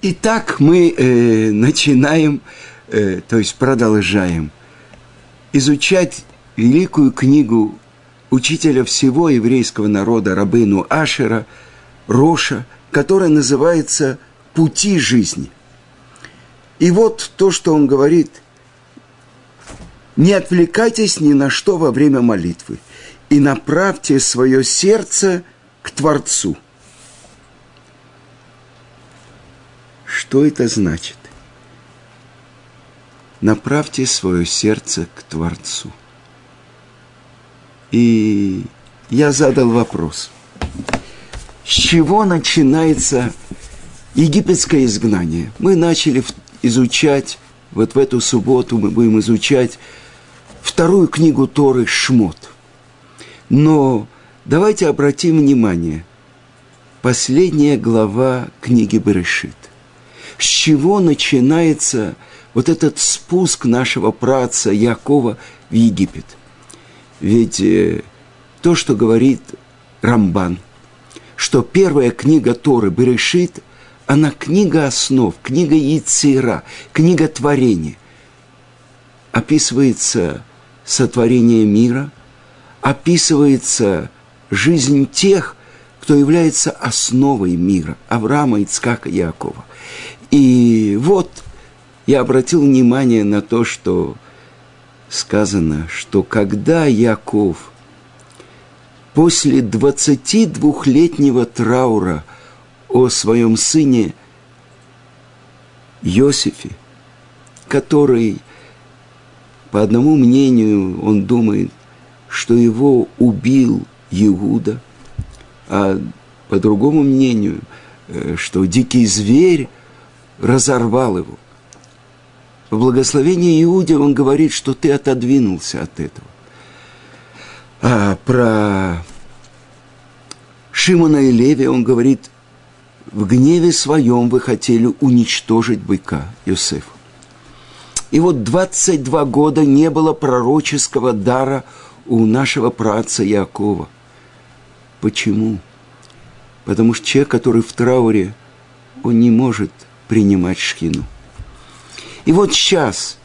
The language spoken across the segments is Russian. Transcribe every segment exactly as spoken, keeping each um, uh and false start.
Итак, мы э, начинаем, э, то есть продолжаем изучать великую книгу учителя всего еврейского народа Рабейну Ашера, Роша, которая называется «Пути жизни». И вот то, что он говорит: «Не отвлекайтесь ни на что во время молитвы и направьте свое сердце к Творцу». Что это значит? Направьте свое сердце к Творцу. И я задал вопрос: с чего начинается египетское изгнание? Мы начали изучать, вот в эту субботу мы будем изучать вторую книгу Торы Шмот. Но давайте обратим внимание, последняя глава книги Берешит. С чего начинается вот этот спуск нашего праотца Яакова в Египет? Ведь э, то, что говорит Рамбан, что первая книга Торы Берешит, она книга основ, книга Йецира, книга творения. Описывается сотворение мира, описывается жизнь тех, кто является основой мира, Авраама, Ицхака, Яакова. И вот я обратил внимание на то, что сказано, что когда Яаков после двадцатидвухлетнего траура о своем сыне Иосифе, который, по одному мнению, он думает, что его убил Иуда, а по другому мнению, что дикий зверь разорвал его. В благословении Иуде он говорит, что ты отодвинулся от этого. А про Шимона и Леви он говорит: в гневе своем вы хотели уничтожить быка Йосефа. И вот двадцать два года не было пророческого дара у нашего праотца Яакова. Почему? Потому что человек, который в трауре, он не может принимать шхину. И вот сейчас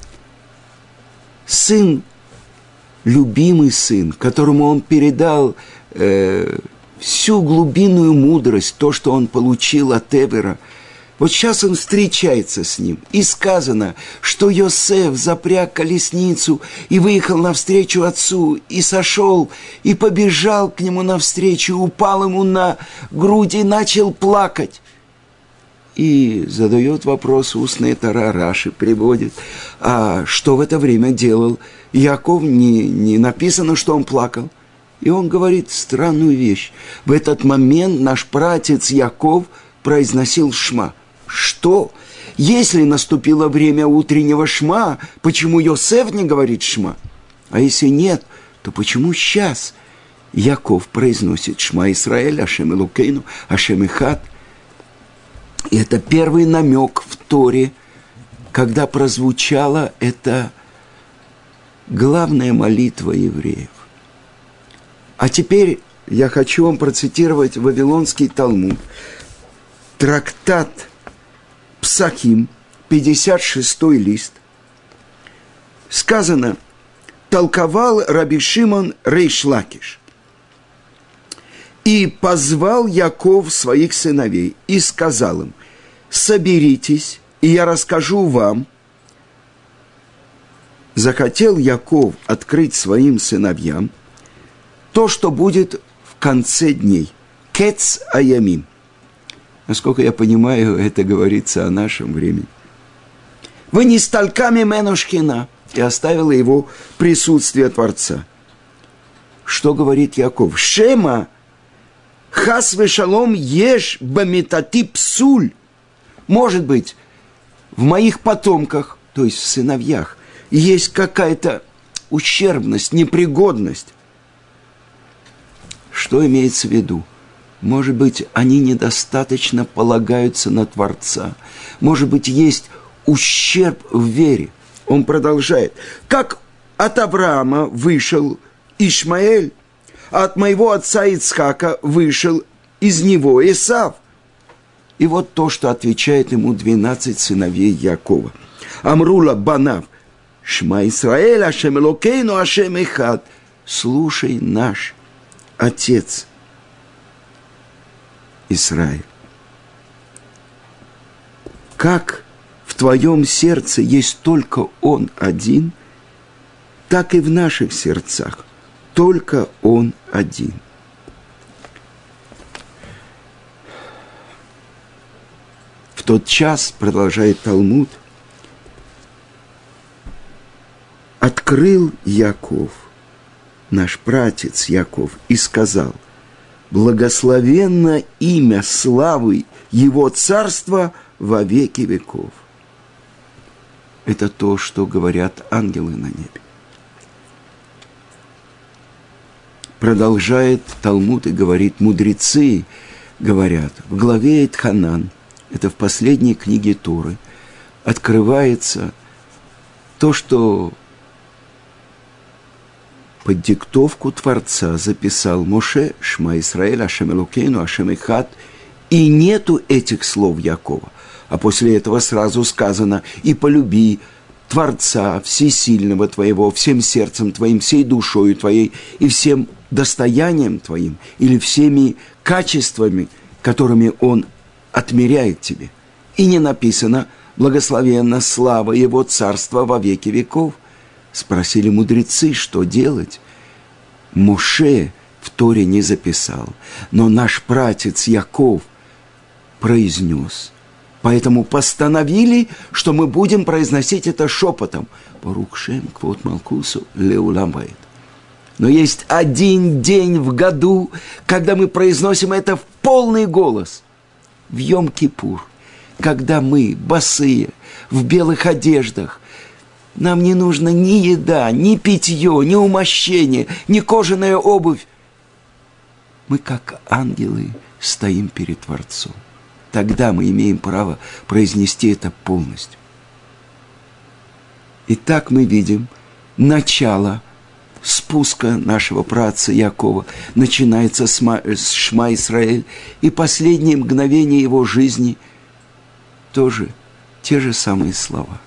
сын, любимый сын, которому он передал э, всю глубинную мудрость, то, что он получил от Эвера, вот сейчас он встречается с ним. И сказано, что Йосеф запряг колесницу и выехал навстречу отцу, и сошел, и побежал к нему навстречу, упал ему на грудь и начал плакать. И задает вопрос, устная Тора, Раши приводит: а что в это время делал Яаков? Не, не написано, что он плакал. И он говорит странную вещь. В этот момент наш праотец Яаков произносил шма. Что? Если наступило время утреннего шма, почему Йосеф не говорит шма? А если нет, то почему сейчас Яаков произносит шма Исраэль, Ашем Элокейну, Ашем Эхад? И это первый намек в Торе, когда прозвучала эта главная молитва евреев. А теперь я хочу вам процитировать Вавилонский Талмуд, трактат Псахим, пятьдесят шестой лист. Сказано: толковал Раби Шимон рейш Лакиш. И позвал Яаков своих сыновей и сказал им: соберитесь, и я расскажу вам. Захотел Яаков открыть своим сыновьям то, что будет в конце дней. Кец аямим. Насколько я понимаю, это говорится о нашем времени. Вы не сталками менушкина. И оставила его присутствие Творца. Что говорит Яаков? Шема хас вешалом еш бамитати псуль. Может быть, в моих потомках, то есть в сыновьях, есть какая-то ущербность, непригодность. Что имеется в виду? Может быть, они недостаточно полагаются на Творца. Может быть, есть ущерб в вере. Он продолжает. Как от Авраама вышел Ишмаэль, а от моего отца Ицхака вышел из него Исав. И вот то, что отвечает ему двенадцать сыновей Якова. Амрула банав, Шма Исраэль, Ашем Элокейну, Ашем Эхад. Слушай наш Отец Израиль. Как в твоем сердце есть только Он один, так и в наших сердцах только Он один. В тот час, продолжает Талмуд, открыл Яков, наш пратец Яков, и сказал: благословенно имя славы Его царства во веки веков. Это то, что говорят ангелы на небе. Продолжает Талмуд и говорит, мудрецы говорят, в главе Эйт-Ханан, это в последней книге Торы, открывается то, что под диктовку Творца записал Моше, Шма Исраэль, Ашем Элокейну, Ашем Эхад, и нету этих слов Якова. А после этого сразу сказано: и полюби Творца Всесильного твоего всем сердцем твоим, всей душою твоей и всем достоянием твоим, или всеми качествами, которыми Он отмеряет тебе. И не написано: благословенна слава Его царства во веки веков. Спросили мудрецы, что делать. Моше в Торе не записал, но наш пратец Яков произнес. Поэтому постановили, что мы будем произносить это шепотом. Барух шем квот малкусу леулам ваэд. Но есть один день в году, когда мы произносим это в полный голос. В Йом-Кипур, когда мы, босые, в белых одеждах, нам не нужно ни еда, ни питье, ни умощение, ни кожаная обувь. Мы, как ангелы, стоим перед Творцом. Тогда мы имеем право произнести это полностью. Итак, мы видим начало спуска нашего праотца Якова. Начинается с, Ма, с Шма Исраэль, и последние мгновения его жизни тоже те же самые слова.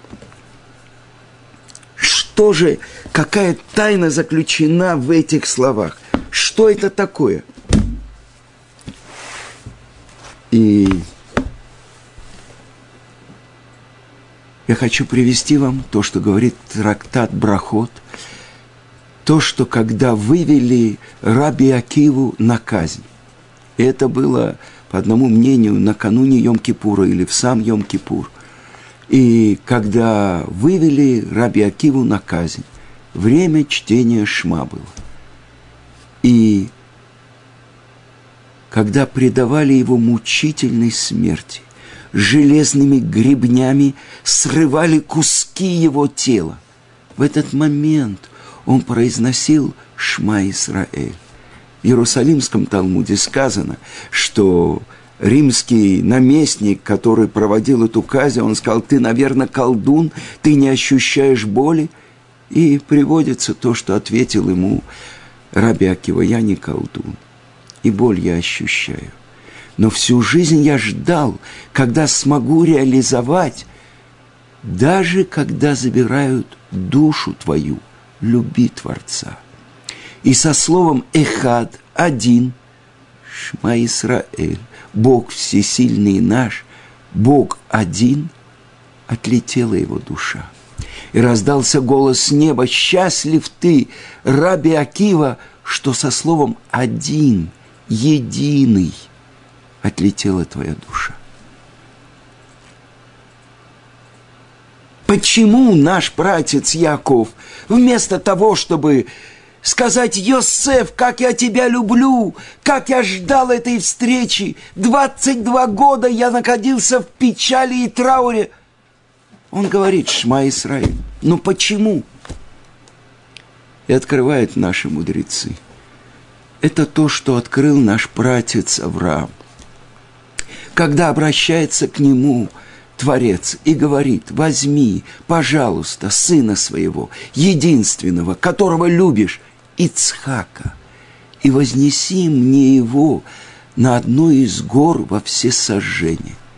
Что же, какая тайна заключена в этих словах? Что это такое? И я хочу привести вам то, что говорит трактат Брахот, то, что когда вывели Раби Акиву на казнь, это было, по одному мнению, накануне Йом-Кипура или в сам Йом-Кипур, и когда вывели Раби Акиву на казнь, время чтения Шма было. И когда предавали его мучительной смерти, железными гребнями срывали куски его тела, в этот момент он произносил Шма Исраэль. В Иерусалимском Талмуде сказано, что римский наместник, который проводил эту казнь, он сказал: ты, наверное, колдун, ты не ощущаешь боли. И приводится то, что ответил ему Раби Акива: я не колдун, и боль я ощущаю. Но всю жизнь я ждал, когда смогу реализовать, даже когда забирают душу твою, люби Творца. И со словом «эхад» – «один», Шма Исраэль, Бог всесильный наш, Бог один, отлетела его душа. И раздался голос с неба: счастлив ты, Раби Акива, что со словом «один», «единый» отлетела твоя душа. Почему наш пратец Яков, вместо того, чтобы сказать: Йосеф, как я тебя люблю, как я ждал этой встречи, двадцать два года я находился в печали и трауре, он говорит Шма Исраэль. Но почему? И открывают наши мудрецы. Это то, что открыл наш пратец Авраам. Когда обращается к нему Творец и говорит: возьми, пожалуйста, сына своего, единственного, которого любишь, Ицхака, и вознеси мне его на одну из гор во всесожжение.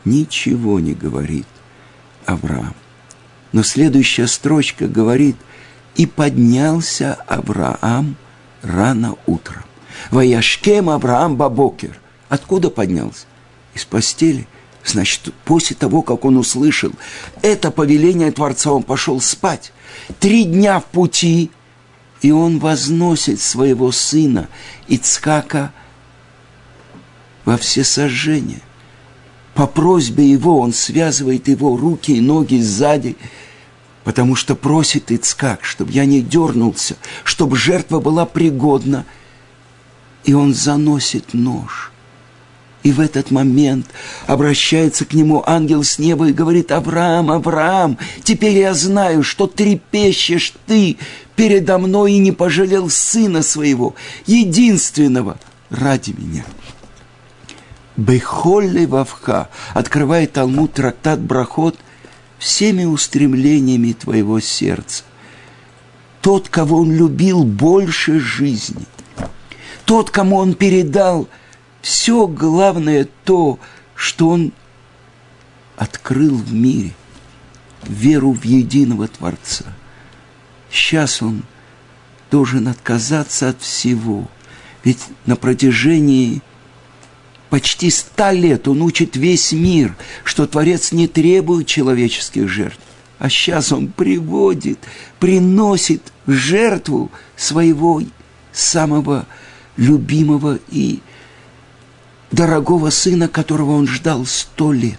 ничего не говорит Авраам. Но следующая строчка говорит: «И поднялся Авраам рано утром». «Ваяшкем Авраам бабокер». Откуда поднялся? Из постели. Значит, после того, как он услышал это повеление Творца, он пошел спать. Три дня в пути, и он возносит своего сына Ицхака во всесожжение. По просьбе его он связывает его руки и ноги сзади, потому что просит Ицхак, чтобы я не дернулся, чтобы жертва была пригодна. И он заносит нож. И в этот момент обращается к нему ангел с неба и говорит: «Авраам, Авраам, теперь я знаю, что трепещешь ты передо мной и не пожалел сына своего, единственного, ради меня». «Бехолли вавха», открывает Талмуд, трактат Брахот, «всеми устремлениями твоего сердца». Тот, кого он любил больше жизни, тот, кому он передал все главное, то, что он открыл в мире, веру в единого Творца. Сейчас он должен отказаться от всего, ведь на протяжении почти ста лет он учит весь мир, что Творец не требует человеческих жертв, а сейчас он приводит, приносит в жертву своего самого любимого и дорогого сына, которого он ждал сто лет.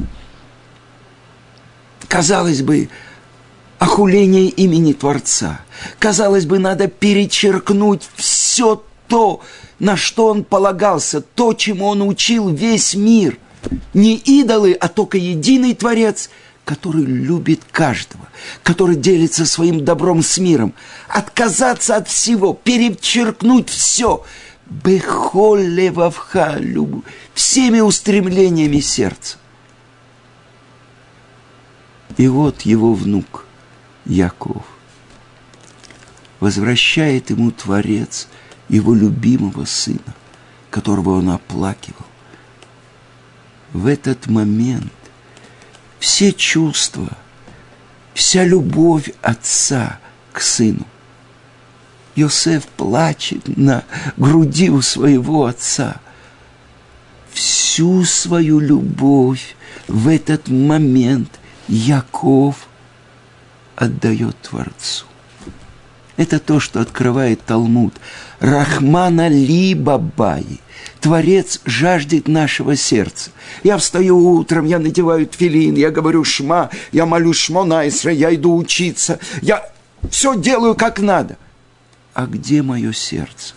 Казалось бы, охуление имени Творца. Казалось бы, надо перечеркнуть все то, на что он полагался, то, чему он учил весь мир. Не идолы, а только единый Творец, который любит каждого, который делится своим добром с миром. Отказаться от всего, перечеркнуть все. Бехолле вавха, всеми устремлениями сердца. И вот его внук Яков возвращает ему Творец его любимого сына, которого он оплакивал. В этот момент все чувства, вся любовь отца к сыну. Йосеф плачет на груди у своего отца. Всю свою любовь в этот момент Яков отдает Творцу. Это то, что открывает Талмуд. Рахмана ли бабаи. Творец жаждет нашего сердца. Я встаю утром, я надеваю тфилин, я говорю шма, я молю шмона Исрей, я иду учиться, я все делаю как надо. А где мое сердце?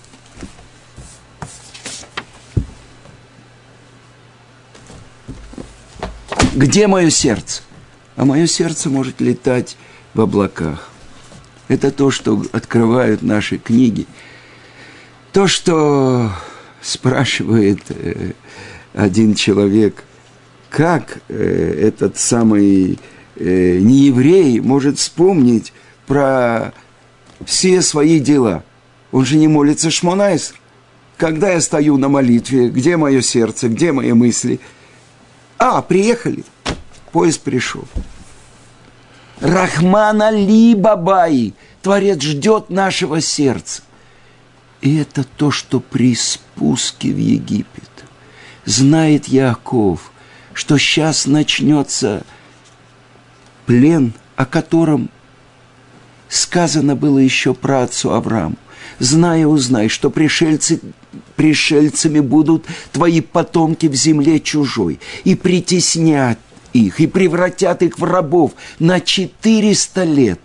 Где мое сердце? А мое сердце может летать в облаках. Это то, что открывают наши книги. То, что спрашивает э, один человек, как э, этот самый э, нееврей может вспомнить про все свои дела. Он же не молится шмона Эсрей. Когда я стою на молитве, где мое сердце, где мои мысли? А, приехали. Поезд пришел. Рахмана ли бабаи. Творец ждет нашего сердца. И это то, что при спуске в Египет знает Яаков, что сейчас начнется плен, о котором сказано было еще про отцу Аврааму. Знай и узнай, что пришельцы, пришельцами будут твои потомки в земле чужой, и притеснят их, и превратят их в рабов на четыреста лет.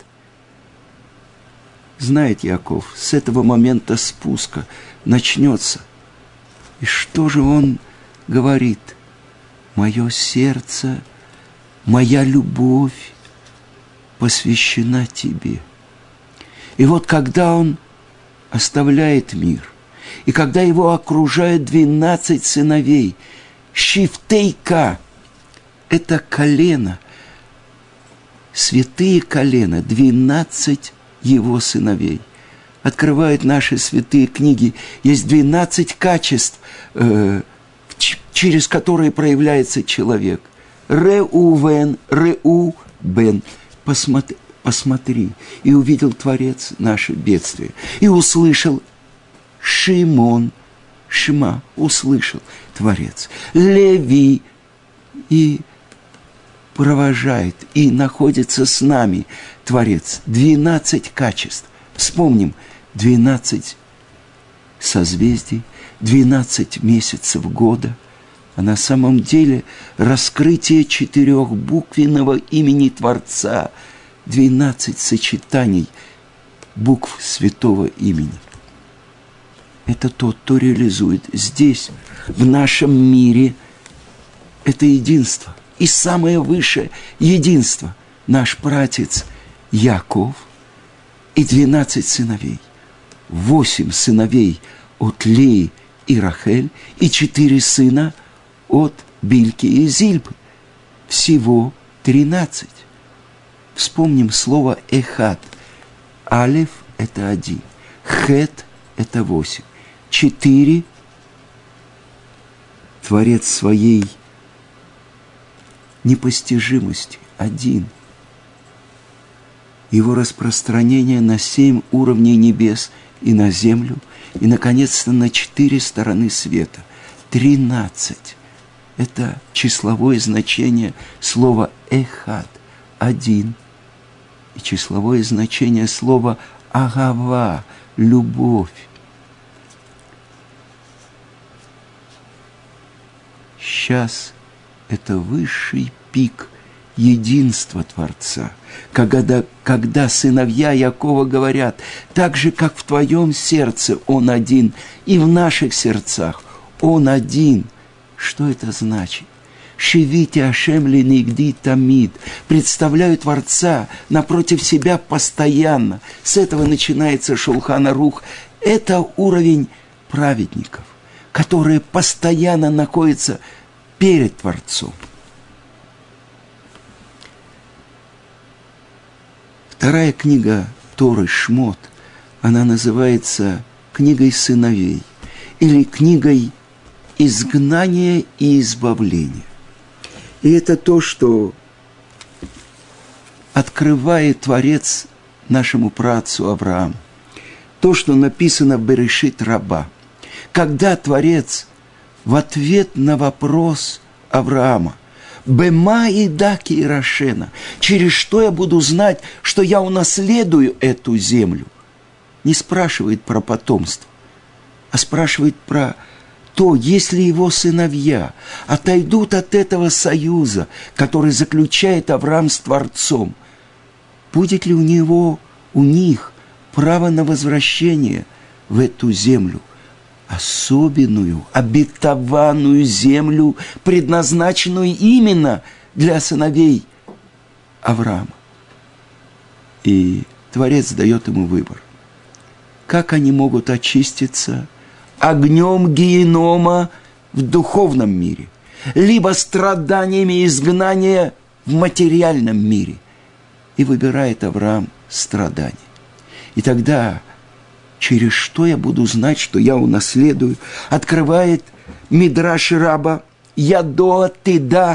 Знает Яков, с этого момента спуска начнется. И что же он говорит? Мое сердце, моя любовь посвящена тебе. И вот когда он оставляет мир, и когда его окружают двенадцать сыновей, Шифтейка, это колено, святые колена, двенадцать его сыновей. Открывают наши святые книги. Есть двенадцать качеств, э, ч- через которые проявляется человек. Реувен, Реубен. Посмотри, посмотри. И увидел Творец наше бедствие. И услышал Шимон, Шма, услышал Творец. Леви, и провожает, и находится с нами Творец. Двенадцать качеств. Вспомним, двенадцать созвездий, двенадцать месяцев года, а на самом деле раскрытие четырехбуквенного имени Творца, двенадцать сочетаний букв святого имени. Это тот, кто реализует здесь, в нашем мире, это единство. И самое высшее единство. Наш пратец Яков и двенадцать сыновей. Восемь сыновей от Леи и Рахель, и четыре сына от Бильки и Зильпы. Всего тринадцать. Вспомним слово «эхад». Алеф – это один. Хет – это восемь. Четыре – Творец своей непостижимости. Один. Его распространение на семь уровней небес и на землю, и, наконец-то, на четыре стороны света. Тринадцать. Это числовое значение слова «эхад» – один. И числовое значение слова «агава» – любовь. Сейчас это высший пик единства Творца, когда, когда сыновья Якова говорят, так же, как в твоем сердце Он один, и в наших сердцах Он один. Что это значит? Шивите Ашем ленигди тамид. Представляю Творца напротив себя постоянно. С этого начинается Шулхан Арух. Это уровень праведников, которые постоянно находятся перед Творцом. Вторая книга Торы Шмот, она называется книгой сыновей или книгой изгнания и избавления. И это то, что открывает Творец нашему праотцу Аврааму. То, что написано в Берешит Раба. Когда Творец в ответ на вопрос Авраама, «Бема и даки и рашена», через что я буду знать, что я унаследую эту землю, не спрашивает про потомство, а спрашивает про то, если его сыновья отойдут от этого союза, который заключает Авраам с Творцом, будет ли у него, у них право на возвращение в эту землю, особенную, обетованную землю, предназначенную именно для сыновей Авраама. И Творец дает ему выбор. Как они могут очиститься огнем генома в духовном мире, либо страданиями изгнания в материальном мире. И выбирает Авраам страдания. И тогда, через что я буду знать, что я унаследую, открывает Мидраш Раба «Ядоа тыда»,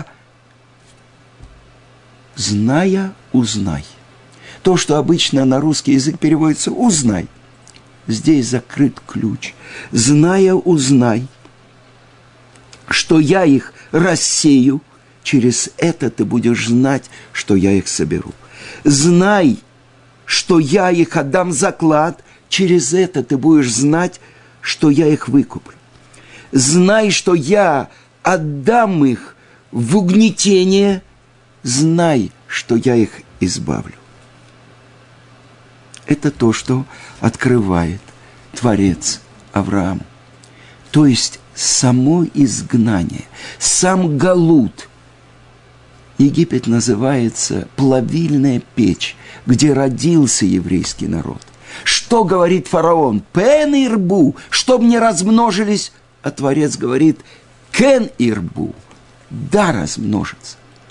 «зная, узнай». То, что обычно на русский язык переводится «узнай». Здесь закрыт ключ. «Зная, узнай, что я их рассею, через это ты будешь знать, что я их соберу. Знай, что я их отдам заклад, через это ты будешь знать, что я их выкуплю. Знай, что я отдам их в угнетение, знай, что я их избавлю». Это то, что открывает Творец Аврааму. То есть само изгнание, сам галут. Египет называется плавильная печь, где родился еврейский народ. Что говорит фараон? «Пен ирбу», чтоб не размножились, а Творец говорит «кен ирбу», да, размножится.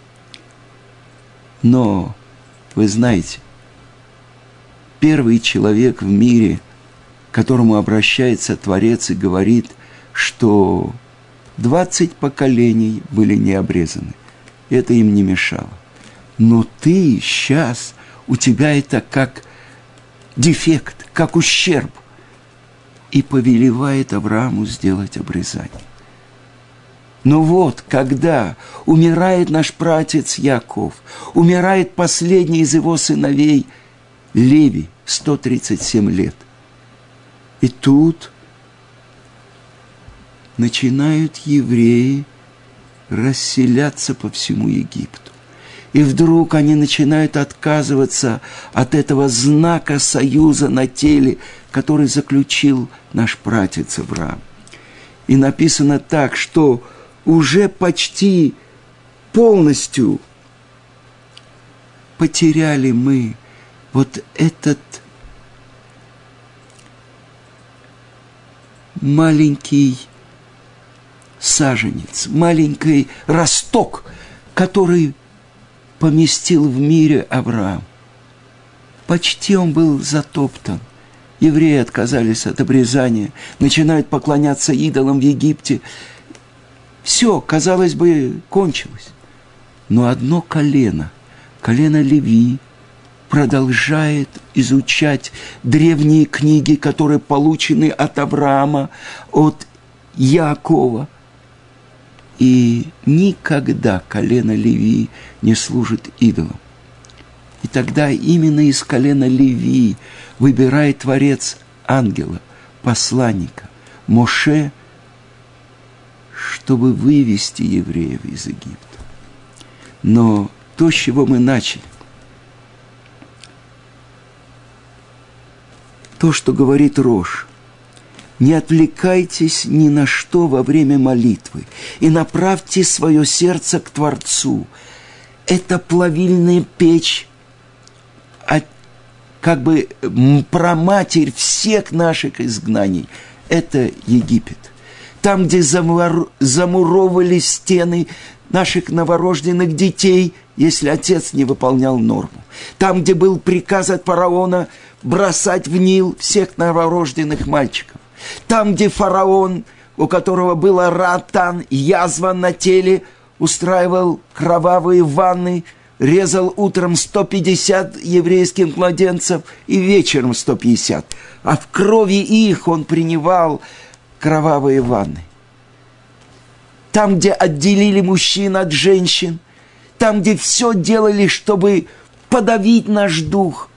Но, вы знаете, первый человек в мире, к которому обращается Творец и говорит, что двадцать поколений были не обрезаны. Это им не мешало. Но ты сейчас, у тебя это как дефект, как ущерб. И повелевает Аврааму сделать обрезание. Но вот, когда умирает наш праотец Яков, умирает последний из его сыновей Леви, сто тридцать семь лет. И тут начинают евреи расселяться по всему Египту. И вдруг они начинают отказываться от этого знака союза на теле, который заключил наш праотец Авраам. И написано так, что уже почти полностью потеряли мы вот этот маленький саженец, маленький росток, который поместил в мире Авраам. Почти он был затоптан. Евреи отказались от обрезания, начинают поклоняться идолам в Египте. Все, казалось бы, кончилось. Но одно колено, колено Леви, продолжает изучать древние книги, которые получены от Авраама, от Якова. И никогда колено Леви не служит идолам. И тогда именно из колена Леви выбирает Творец ангела, посланника, Моше, чтобы вывести евреев из Египта. Но то, с чего мы начали, то, что говорит Рош, не отвлекайтесь ни на что во время молитвы и направьте свое сердце к Творцу. Это плавильная печь, а как бы праматерь всех наших изгнаний. Это Египет. Там, где замур... замуровали стены наших новорожденных детей, если отец не выполнял норму. Там, где был приказ от фараона бросать в Нил всех новорожденных мальчиков. Там, где фараон, у которого была ратан, язва на теле, устраивал кровавые ванны, резал утром сто пятьдесят еврейских младенцев и вечером сто пятьдесят. А в крови их он принимал кровавые ванны. Там, где отделили мужчин от женщин, там, где все делали, чтобы подавить наш дух.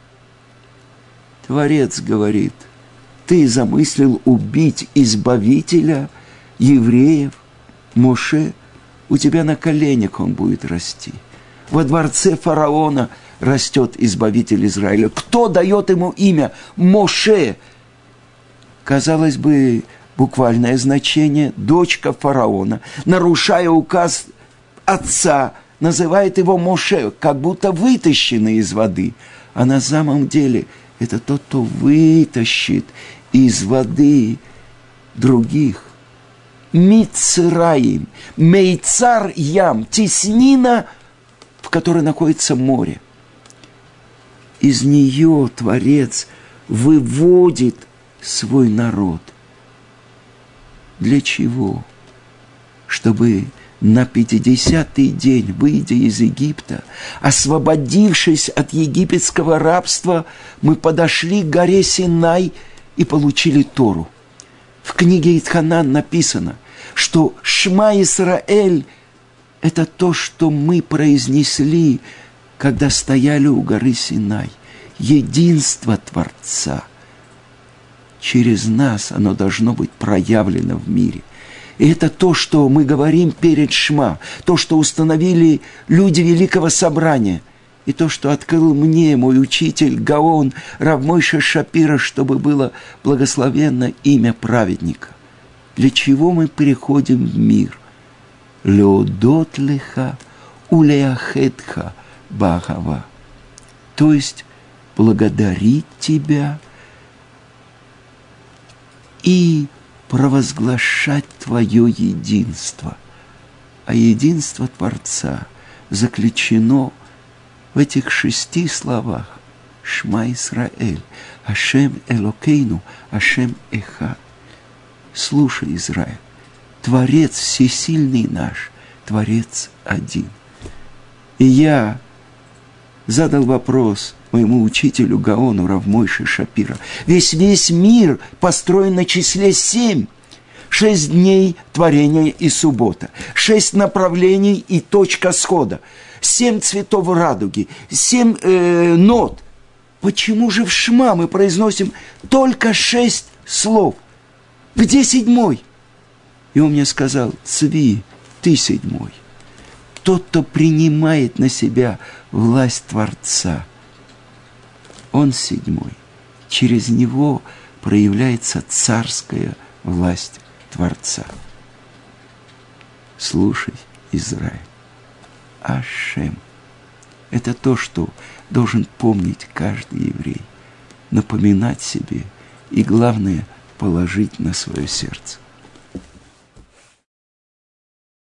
Творец говорит: ты замыслил убить избавителя евреев, Моше, у тебя на коленях он будет расти. Во дворце фараона растет избавитель Израиля. Кто дает ему имя? Моше. Казалось бы, буквальное значение: дочка фараона, нарушая указ отца, называет его Моше, как будто вытащенный из воды. А на самом деле это тот, кто вытащит из воды других. Мицраим, Мейцар Ям, теснина, в которой находится море. Из нее Творец выводит свой народ. Для чего? Чтобы на пятидесятый день, выйдя из Египта, освободившись от египетского рабства, мы подошли к горе Синай и получили Тору. В книге Итханан написано, что Шма Исраэль – это то, что мы произнесли, когда стояли у горы Синай. Единство Творца. Через нас оно должно быть проявлено в мире. И это то, что мы говорим перед Шма, то, что установили люди Великого Собрания, и то, что открыл мне мой учитель Гаон Рав Мойше Шапира, чтобы было благословенно имя праведника. Для чего мы приходим в мир? Леодот леха улеахетха бахава. То есть благодарить тебя и провозглашать твое единство. А единство Творца заключено в этих шести словах. Шма Исраэль, Ашем Элокейну, Ашем Эхад. Слушай, Израиль, Творец всесильный наш, Творец один. И я задал вопрос моему учителю Гаону Рав Мойше Шапира. Весь, весь мир построен на числе семь. Шесть дней творения и суббота. Шесть направлений и точка схода. Семь цветов радуги. Семь э, нот. Почему же в Шма мы произносим только шесть слов? Где седьмой? И он мне сказал: Цви, ты седьмой. Тот, кто принимает на себя власть Творца, он седьмой. Через него проявляется царская власть Творца. Слушай, Израиль, Ашем. Это то, что должен помнить каждый еврей, напоминать себе и, главное, положить на свое сердце.